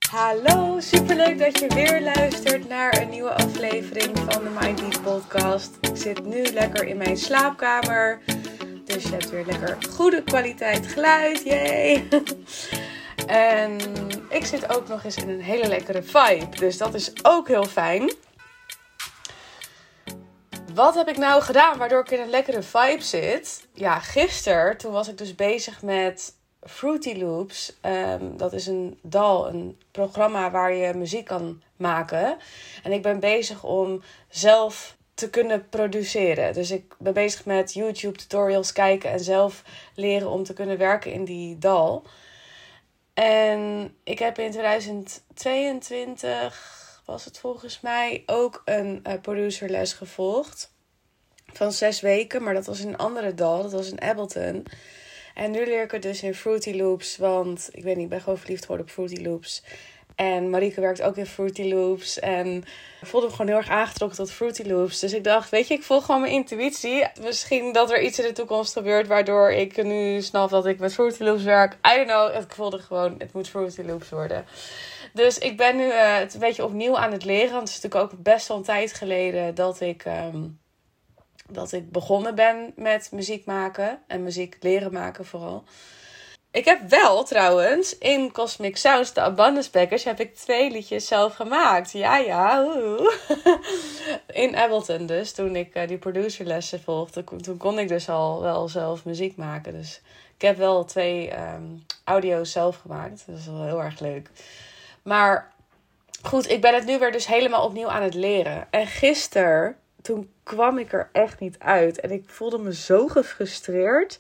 Hallo, superleuk dat je weer luistert naar een nieuwe aflevering van de Mind Deep podcast. Ik zit nu lekker in mijn slaapkamer, dus je hebt weer lekker goede kwaliteit geluid, yay! En ik zit ook nog eens in een hele lekkere vibe, dus dat is ook heel fijn. Wat heb ik nou gedaan waardoor ik in een lekkere vibe zit? Ja, gisteren, toen was ik dus bezig met Fruity Loops. Dat is een DAW, een programma waar je muziek kan maken. En ik ben bezig om zelf te kunnen produceren. Dus ik ben bezig met YouTube tutorials kijken en zelf leren om te kunnen werken in die DAW. En ik heb in 2022, was het volgens mij, ook een producerles gevolgd. Van 6 weken, maar dat was een andere DAW, dat was in Ableton. En nu leer ik het dus in Fruity Loops, want ik weet niet, ik ben gewoon verliefd geworden op Fruity Loops. En Marieke werkt ook in Fruity Loops en ik voelde me gewoon heel erg aangetrokken tot Fruity Loops. Dus ik dacht, weet je, ik volg gewoon mijn intuïtie. Misschien dat er iets in de toekomst gebeurt waardoor ik nu snap dat ik met Fruity Loops werk. I don't know, ik voelde gewoon, het moet Fruity Loops worden. Dus ik ben nu het een beetje opnieuw aan het leren. Want het is natuurlijk ook best wel een tijd geleden dat ik begonnen ben met muziek maken. En muziek leren maken vooral. Ik heb wel trouwens in Cosmic Sounds, de Abundance Package, heb ik 2 liedjes zelf gemaakt. Ja. In Ableton dus, toen ik die producerlessen volgde. Toen kon ik dus al wel zelf muziek maken. Dus ik heb wel 2 audio's zelf gemaakt. Dat is wel heel erg leuk. Maar goed, ik ben het nu weer dus helemaal opnieuw aan het leren. En gisteren, toen kwam ik er echt niet uit. En ik voelde me zo gefrustreerd.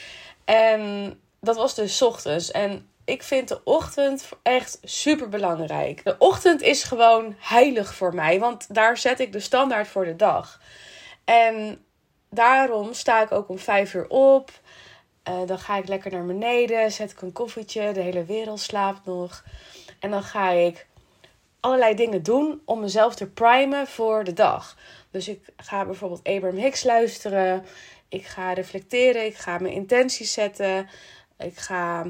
En dat was dus 's ochtends. En ik vind de ochtend echt super belangrijk. De ochtend is gewoon heilig voor mij. Want daar zet ik de standaard voor de dag. En daarom sta ik ook om 5 uur op. Dan ga ik lekker naar beneden. Zet ik een koffietje. De hele wereld slaapt nog. En dan ga ik allerlei dingen doen om mezelf te primen voor de dag. Dus ik ga bijvoorbeeld Abraham Hicks luisteren. Ik ga reflecteren. Ik ga mijn intenties zetten. Ik ga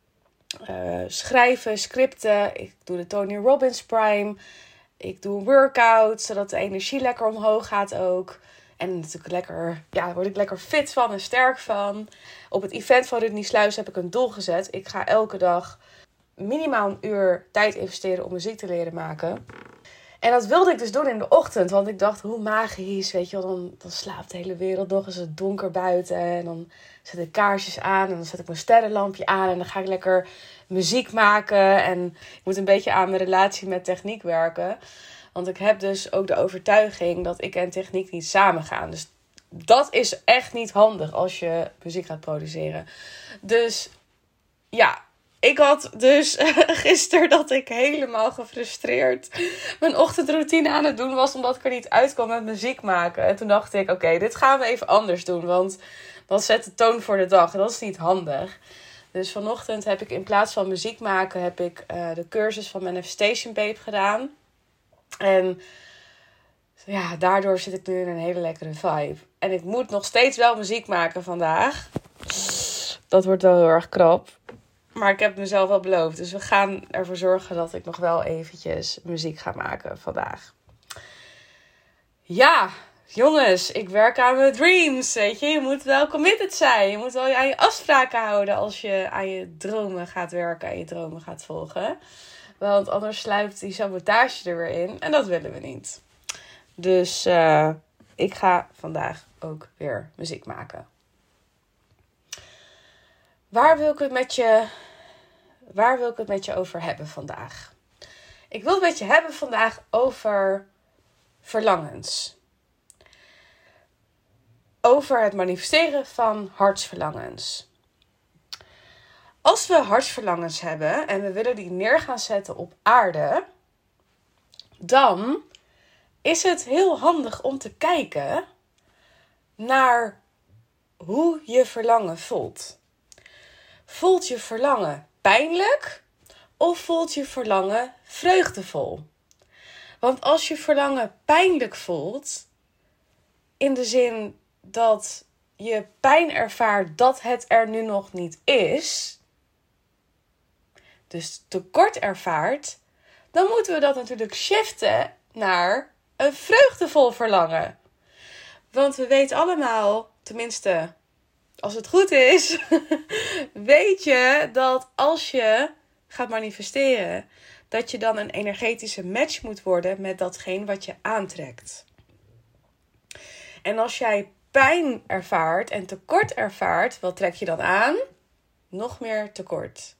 schrijven, scripten. Ik doe de Tony Robbins Prime. Ik doe een workout, zodat de energie lekker omhoog gaat ook. En natuurlijk lekker, daar word ik lekker fit van en sterk van. Op het event van Rudney Sluis heb ik een doel gezet. Ik ga elke dag minimaal 1 uur tijd investeren om muziek te leren maken. En dat wilde ik dus doen in de ochtend. Want ik dacht, hoe magisch, weet je wel. Dan slaapt de hele wereld nog. Is het donker buiten. En dan zet ik kaarsjes aan. En dan zet ik mijn sterrenlampje aan. En dan ga ik lekker muziek maken. En ik moet een beetje aan mijn relatie met techniek werken. Want ik heb dus ook de overtuiging dat ik en techniek niet samen gaan. Dus dat is echt niet handig als je muziek gaat produceren. Dus ja, ik had dus gisteren dat ik helemaal gefrustreerd mijn ochtendroutine aan het doen was, omdat ik er niet uitkwam met muziek maken. En toen dacht ik, oké, dit gaan we even anders doen, want dat zet de toon voor de dag. En dat is niet handig. Dus vanochtend heb ik in plaats van muziek maken, heb ik de cursus van Manifestation Babe gedaan. En ja, daardoor zit ik nu in een hele lekkere vibe. En ik moet nog steeds wel muziek maken vandaag. Dat wordt wel heel erg krap. Maar ik heb het mezelf wel beloofd. Dus we gaan ervoor zorgen dat ik nog wel eventjes muziek ga maken vandaag. Ja, jongens, ik werk aan mijn dreams, weet je. Je moet wel committed zijn. Je moet wel aan je afspraken houden als je aan je dromen gaat werken en je dromen gaat volgen. Want anders sluipt die sabotage er weer in. En dat willen we niet. Dus ik ga vandaag ook weer muziek maken. Waar wil ik het met je over hebben vandaag? Ik wil het met je hebben vandaag over verlangens. Over het manifesteren van hartsverlangens. Als we hartsverlangens hebben en we willen die neer gaan zetten op aarde, dan is het heel handig om te kijken naar hoe je verlangen voelt. Voelt je verlangen pijnlijk of voelt je verlangen vreugdevol? Want als je verlangen pijnlijk voelt, in de zin dat je pijn ervaart dat het er nu nog niet is, dus tekort ervaart, dan moeten we dat natuurlijk shiften naar een vreugdevol verlangen. Want we weten allemaal, tenminste als het goed is, weet je dat als je gaat manifesteren, dat je dan een energetische match moet worden met datgene wat je aantrekt. En als jij pijn ervaart en tekort ervaart, wat trek je dan aan? Nog meer tekort.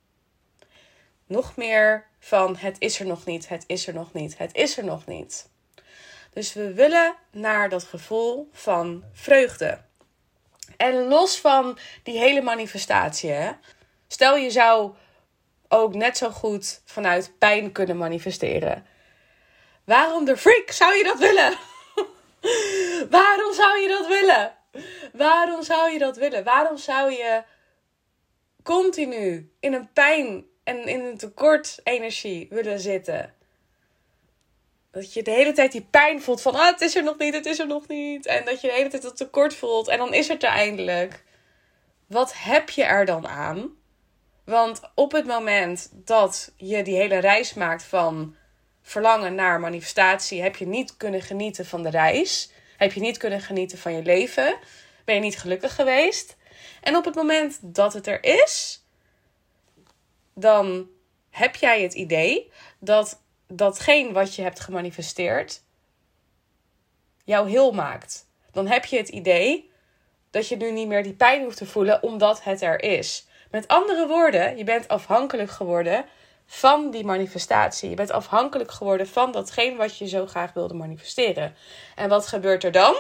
Nog meer van het is er nog niet, het is er nog niet, het is er nog niet. Dus we willen naar dat gevoel van vreugde. En los van die hele manifestatie, hè? Stel je zou ook net zo goed vanuit pijn kunnen manifesteren. Waarom de freak zou je dat willen? Waarom zou je dat willen? Waarom zou je dat willen? Waarom zou je continu in een pijn en in een tekort energie willen zitten? Dat je de hele tijd die pijn voelt van, het is er nog niet, het is er nog niet. En dat je de hele tijd dat tekort voelt en dan is het er eindelijk. Wat heb je er dan aan? Want op het moment dat je die hele reis maakt van verlangen naar manifestatie, heb je niet kunnen genieten van de reis. Heb je niet kunnen genieten van je leven. Ben je niet gelukkig geweest. En op het moment dat het er is, dan heb jij het idee dat datgene wat je hebt gemanifesteerd jou heel maakt. Dan heb je het idee dat je nu niet meer die pijn hoeft te voelen omdat het er is. Met andere woorden, je bent afhankelijk geworden van die manifestatie. Je bent afhankelijk geworden van datgene wat je zo graag wilde manifesteren. En wat gebeurt er dan?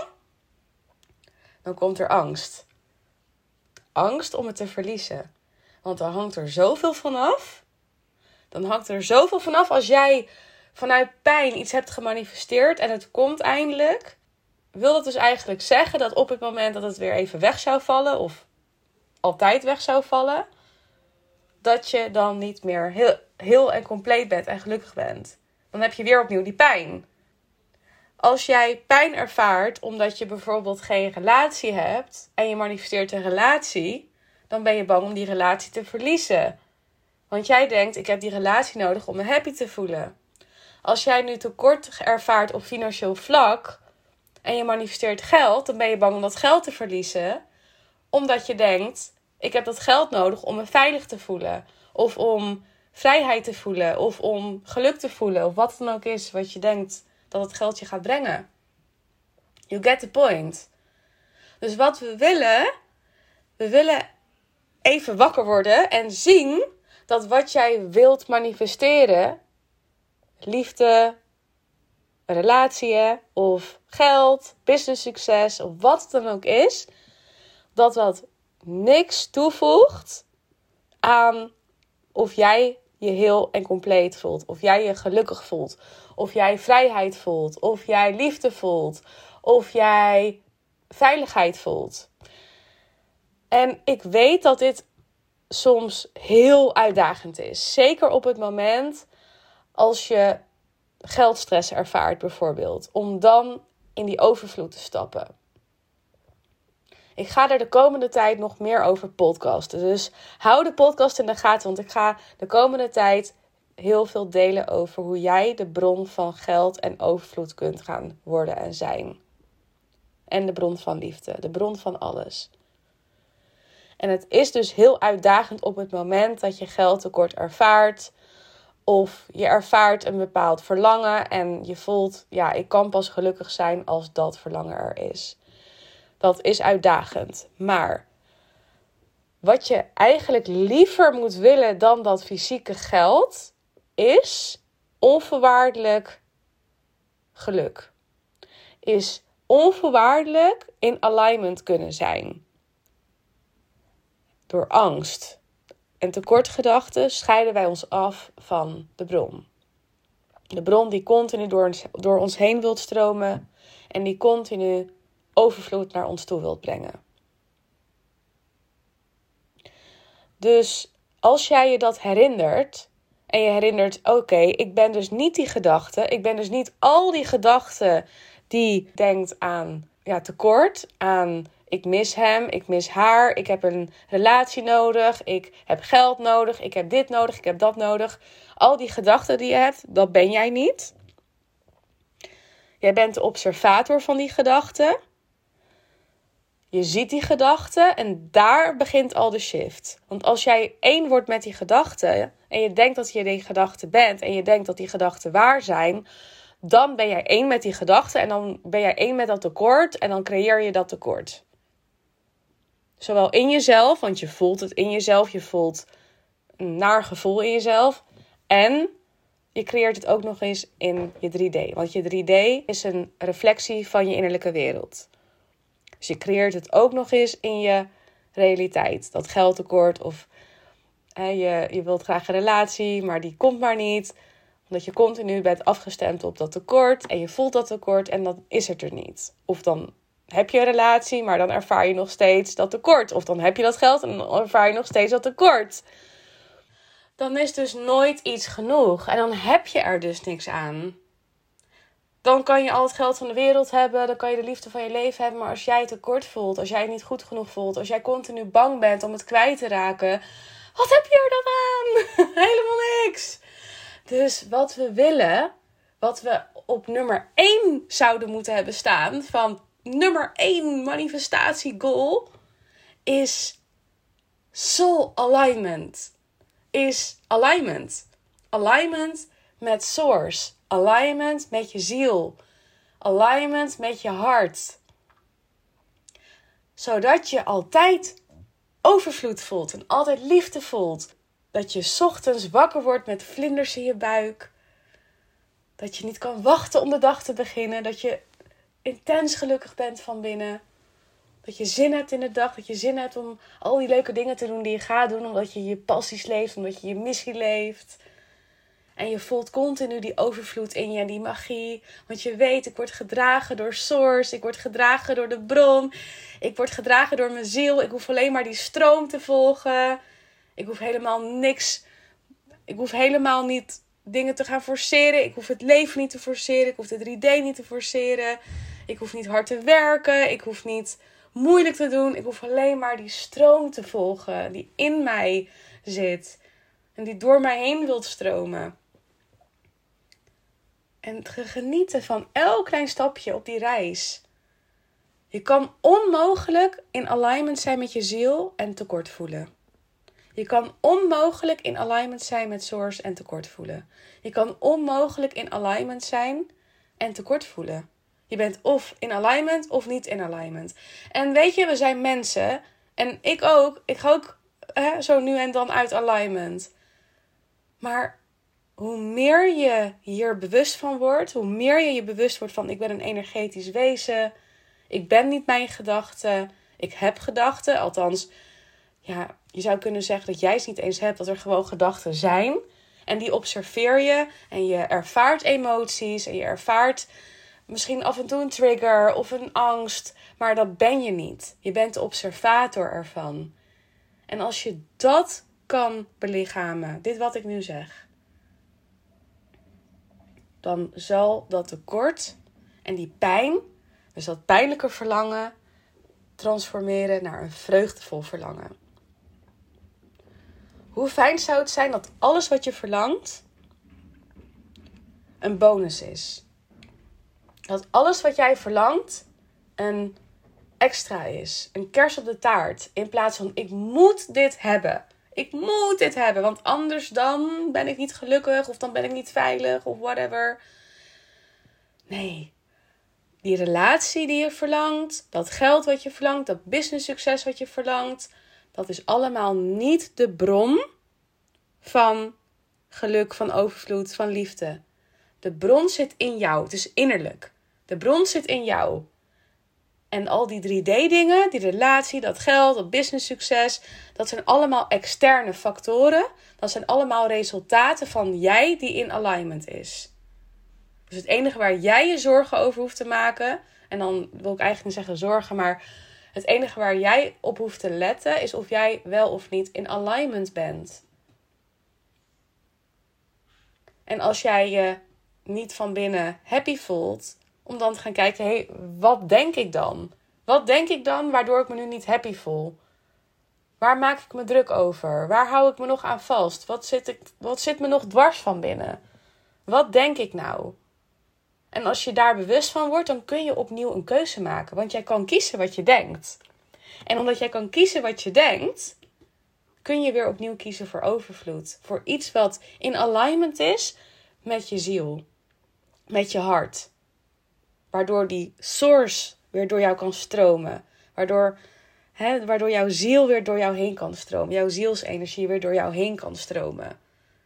Dan komt er angst. Angst om het te verliezen. Want dan hangt er zoveel vanaf. Dan hangt er zoveel vanaf als jij vanuit pijn iets hebt gemanifesteerd en het komt eindelijk. Wil dat dus eigenlijk zeggen dat op het moment dat het weer even weg zou vallen of altijd weg zou vallen, dat je dan niet meer heel en compleet bent en gelukkig bent. Dan heb je weer opnieuw die pijn. Als jij pijn ervaart omdat je bijvoorbeeld geen relatie hebt en je manifesteert een relatie, dan ben je bang om die relatie te verliezen. Want jij denkt, ik heb die relatie nodig om me happy te voelen. Als jij nu tekort ervaart op financieel vlak en je manifesteert geld, dan ben je bang om dat geld te verliezen. Omdat je denkt, ik heb dat geld nodig om me veilig te voelen. Of om vrijheid te voelen. Of om geluk te voelen. Of wat het dan ook is wat je denkt dat het geld je gaat brengen. You get the point. Dus wat we willen even wakker worden en zien dat wat jij wilt manifesteren, liefde, relatieën of geld, business succes of wat het dan ook is, dat niks toevoegt aan of jij je heel en compleet voelt. Of jij je gelukkig voelt. Of jij vrijheid voelt. Of jij liefde voelt. Of jij veiligheid voelt. En ik weet dat dit soms heel uitdagend is. Zeker op het moment als je geldstress ervaart bijvoorbeeld. Om dan in die overvloed te stappen. Ik ga er de komende tijd nog meer over podcasten. Dus hou de podcast in de gaten. Want ik ga de komende tijd heel veel delen over hoe jij de bron van geld en overvloed kunt gaan worden en zijn. En de bron van liefde. De bron van alles. En het is dus heel uitdagend op het moment dat je geldtekort ervaart. Of je ervaart een bepaald verlangen. En je voelt, ik kan pas gelukkig zijn als dat verlangen er is. Dat is uitdagend. Maar wat je eigenlijk liever moet willen dan dat fysieke geld, is onvoorwaardelijk geluk. Is onvoorwaardelijk in alignment kunnen zijn. Door angst en tekortgedachten scheiden wij ons af van de bron. De bron die continu door ons heen wilt stromen en die continu overvloed naar ons toe wilt brengen. Dus als jij je dat herinnert en je herinnert, oké, ik ben dus niet die gedachte, ik ben dus niet al die gedachten die denkt aan tekort, aan Ik mis hem, ik mis haar, ik heb een relatie nodig, ik heb geld nodig, ik heb dit nodig, ik heb dat nodig. Al die gedachten die je hebt, dat ben jij niet. Jij bent de observator van die gedachten. Je ziet die gedachten en daar begint al de shift. Want als jij één wordt met die gedachten en je denkt dat je die gedachten bent en je denkt dat die gedachten waar zijn, dan ben jij één met die gedachten en dan ben jij één met dat tekort en dan creëer je dat tekort. Zowel in jezelf, want je voelt het in jezelf, je voelt een naar gevoel in jezelf. En je creëert het ook nog eens in je 3D. Want je 3D is een reflectie van je innerlijke wereld. Dus je creëert het ook nog eens in je realiteit. Dat geldtekort of je wilt graag een relatie, maar die komt maar niet. Omdat je continu bent afgestemd op dat tekort en je voelt dat tekort en dan is het er niet. Of dan heb je een relatie, maar dan ervaar je nog steeds dat tekort. Of dan heb je dat geld en dan ervaar je nog steeds dat tekort. Dan is dus nooit iets genoeg. En dan heb je er dus niks aan. Dan kan je al het geld van de wereld hebben. Dan kan je de liefde van je leven hebben. Maar als jij tekort voelt. Als jij het niet goed genoeg voelt. Als jij continu bang bent om het kwijt te raken. Wat heb je er dan aan? Helemaal niks. Dus wat we willen. Wat we op nummer 1 zouden moeten hebben staan. Van nummer 1 manifestatiegoal. Is soul alignment. Is alignment. Alignment met source. Alignment met je ziel. Alignment met je hart. Zodat je altijd overvloed voelt en altijd liefde voelt. Dat je 's ochtends wakker wordt met vlinders in je buik. Dat je niet kan wachten om de dag te beginnen. Dat je intens gelukkig bent van binnen. Dat je zin hebt in de dag. Dat je zin hebt om al die leuke dingen te doen die je gaat doen. Omdat je je passies leeft. Omdat je je missie leeft. En je voelt continu die overvloed in je en die magie. Want je weet, ik word gedragen door Source. Ik word gedragen door de bron. Ik word gedragen door mijn ziel. Ik hoef alleen maar die stroom te volgen. Ik hoef helemaal niks. Ik hoef helemaal niet dingen te gaan forceren. Ik hoef het leven niet te forceren. Ik hoef de 3D niet te forceren. Ik hoef niet hard te werken. Ik hoef niet moeilijk te doen. Ik hoef alleen maar die stroom te volgen die in mij zit. En die door mij heen wilt stromen. En genieten van elk klein stapje op die reis. Je kan onmogelijk in alignment zijn met je ziel en tekort voelen. Je kan onmogelijk in alignment zijn met Source en tekort voelen. Je kan onmogelijk in alignment zijn en tekort voelen. Je bent of in alignment of niet in alignment. En weet je, we zijn mensen. En ik ook. Ik ga ook zo nu en dan uit alignment. Maar hoe meer je hier bewust van wordt, hoe meer je je bewust wordt van ik ben een energetisch wezen, ik ben niet mijn gedachten, ik heb gedachten. Althans, ja, je zou kunnen zeggen dat jij het niet eens hebt, dat er gewoon gedachten zijn. En die observeer je en je ervaart emoties en je ervaart misschien af en toe een trigger of een angst, maar dat ben je niet. Je bent de observator ervan. En als je dat kan belichamen, dit wat ik nu zeg, dan zal dat tekort en die pijn, dus dat pijnlijke verlangen, transformeren naar een vreugdevol verlangen. Hoe fijn zou het zijn dat alles wat je verlangt een bonus is. Dat alles wat jij verlangt een extra is. Een kers op de taart. In plaats van ik moet dit hebben. Ik moet dit hebben, want anders dan ben ik niet gelukkig of dan ben ik niet veilig of whatever. Nee, die relatie die je verlangt, dat geld wat je verlangt, dat business succes wat je verlangt, dat is allemaal niet de bron van geluk, van overvloed, van liefde. De bron zit in jou, het is innerlijk. De bron zit in jou. En al die 3D-dingen, die relatie, dat geld, dat business succes, dat zijn allemaal externe factoren. Dat zijn allemaal resultaten van jij die in alignment is. Dus het enige waar jij je zorgen over hoeft te maken, en dan wil ik eigenlijk niet zeggen zorgen, maar het enige waar jij op hoeft te letten is of jij wel of niet in alignment bent. En als jij je niet van binnen happy voelt, om dan te gaan kijken, wat denk ik dan? Wat denk ik dan waardoor ik me nu niet happy voel? Waar maak ik me druk over? Waar hou ik me nog aan vast? Wat zit me nog dwars van binnen? Wat denk ik nou? En als je daar bewust van wordt, dan kun je opnieuw een keuze maken. Want jij kan kiezen wat je denkt. En omdat jij kan kiezen wat je denkt, kun je weer opnieuw kiezen voor overvloed. Voor iets wat in alignment is met je ziel. Met je hart. Waardoor die source weer door jou kan stromen. Waardoor jouw ziel weer door jou heen kan stromen. Jouw zielsenergie weer door jou heen kan stromen.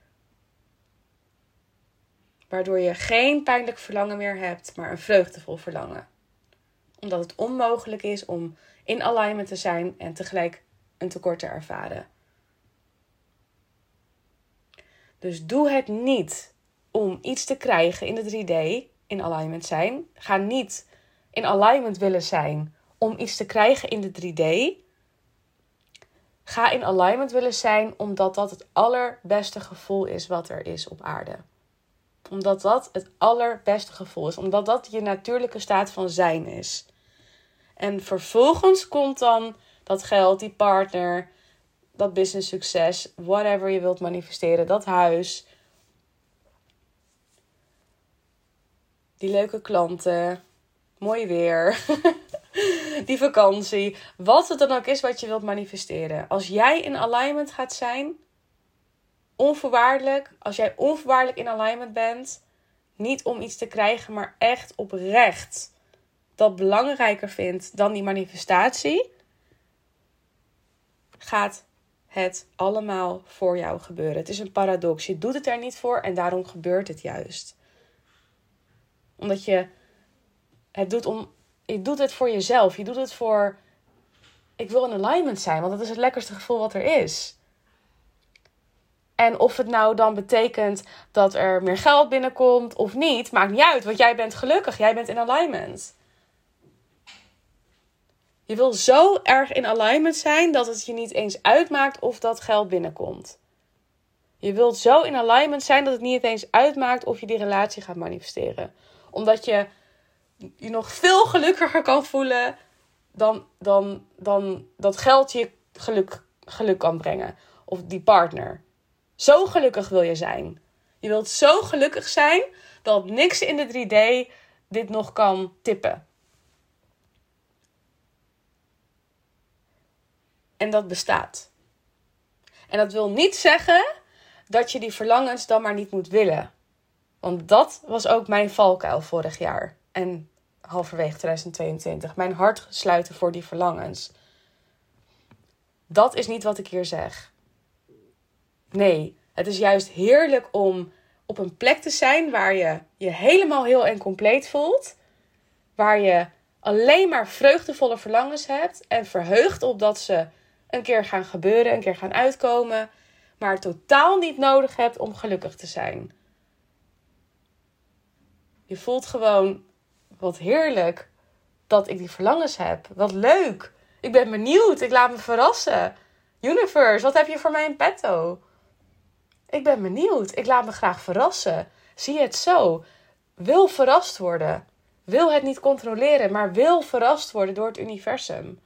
Waardoor je geen pijnlijk verlangen meer hebt, maar een vreugdevol verlangen. Omdat het onmogelijk is om in alignment te zijn en tegelijk een tekort te ervaren. Dus doe het niet om iets te krijgen in de 3D, in alignment zijn. Ga niet in alignment willen zijn om iets te krijgen in de 3D. Ga in alignment willen zijn omdat dat het allerbeste gevoel is wat er is op aarde. Omdat dat het allerbeste gevoel is. Omdat dat je natuurlijke staat van zijn is. En vervolgens komt dan dat geld, die partner, dat business succes, whatever je wilt manifesteren, dat huis, die leuke klanten, mooi weer, die vakantie, wat het dan ook is wat je wilt manifesteren. Als jij in alignment gaat zijn, onvoorwaardelijk, als jij onvoorwaardelijk in alignment bent, niet om iets te krijgen, maar echt oprecht dat belangrijker vindt dan die manifestatie, gaat het allemaal voor jou gebeuren. Het is een paradox. Je doet het er niet voor en daarom gebeurt het juist. Omdat je doet het voor jezelf. Je doet het voor, ik wil in alignment zijn, want dat is het lekkerste gevoel wat er is. En of het nou dan betekent dat er meer geld binnenkomt of niet, maakt niet uit, want jij bent gelukkig. Jij bent in alignment. Je wil zo erg in alignment zijn dat het je niet eens uitmaakt of dat geld binnenkomt. Je wilt zo in alignment zijn dat het niet eens uitmaakt of je die relatie gaat manifesteren. Omdat je je nog veel gelukkiger kan voelen dan dat geld je geluk kan brengen. Of die partner. Zo gelukkig wil je zijn. Je wilt zo gelukkig zijn dat niks in de 3D dit nog kan tippen. En dat bestaat. En dat wil niet zeggen dat je die verlangens dan maar niet moet willen. Want dat was ook mijn valkuil vorig jaar. En halverwege 2022. Mijn hart sluiten voor die verlangens. Dat is niet wat ik hier zeg. Nee, het is juist heerlijk om op een plek te zijn waar je je helemaal heel en compleet voelt. Waar je alleen maar vreugdevolle verlangens hebt. En verheugt op dat ze een keer gaan gebeuren, een keer gaan uitkomen. Maar totaal niet nodig hebt om gelukkig te zijn. Je voelt gewoon, wat heerlijk dat ik die verlangens heb. Wat leuk. Ik ben benieuwd. Ik laat me verrassen. Universe, wat heb je voor mij in petto? Ik ben benieuwd. Ik laat me graag verrassen. Zie het zo. Wil verrast worden. Wil het niet controleren, maar wil verrast worden door het universum.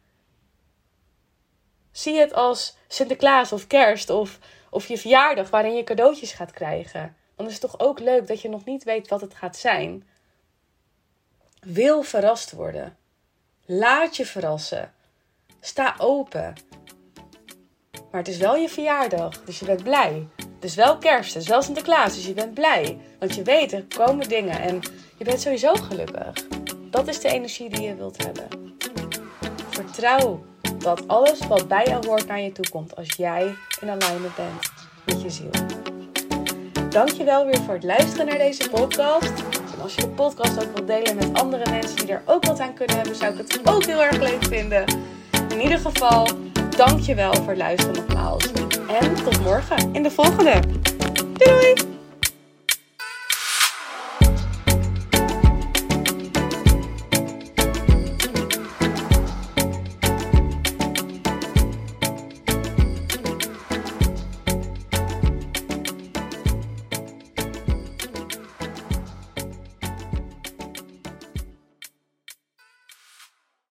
Zie het als Sinterklaas of Kerst of je verjaardag waarin je cadeautjes gaat krijgen. Dan is het toch ook leuk dat je nog niet weet wat het gaat zijn. Wil verrast worden. Laat je verrassen. Sta open. Maar het is wel je verjaardag, dus je bent blij. Het is wel Kerst, het is wel Sinterklaas, dus je bent blij. Want je weet, er komen dingen en je bent sowieso gelukkig. Dat is de energie die je wilt hebben. Vertrouw dat alles wat bij jou hoort naar je toe komt als jij in alignment bent met je ziel. Dankjewel weer voor het luisteren naar deze podcast. En als je de podcast ook wilt delen met andere mensen die er ook wat aan kunnen hebben, zou ik het ook heel erg leuk vinden. In ieder geval, dankjewel voor het luisteren nogmaals. En tot morgen in de volgende. Doei doei!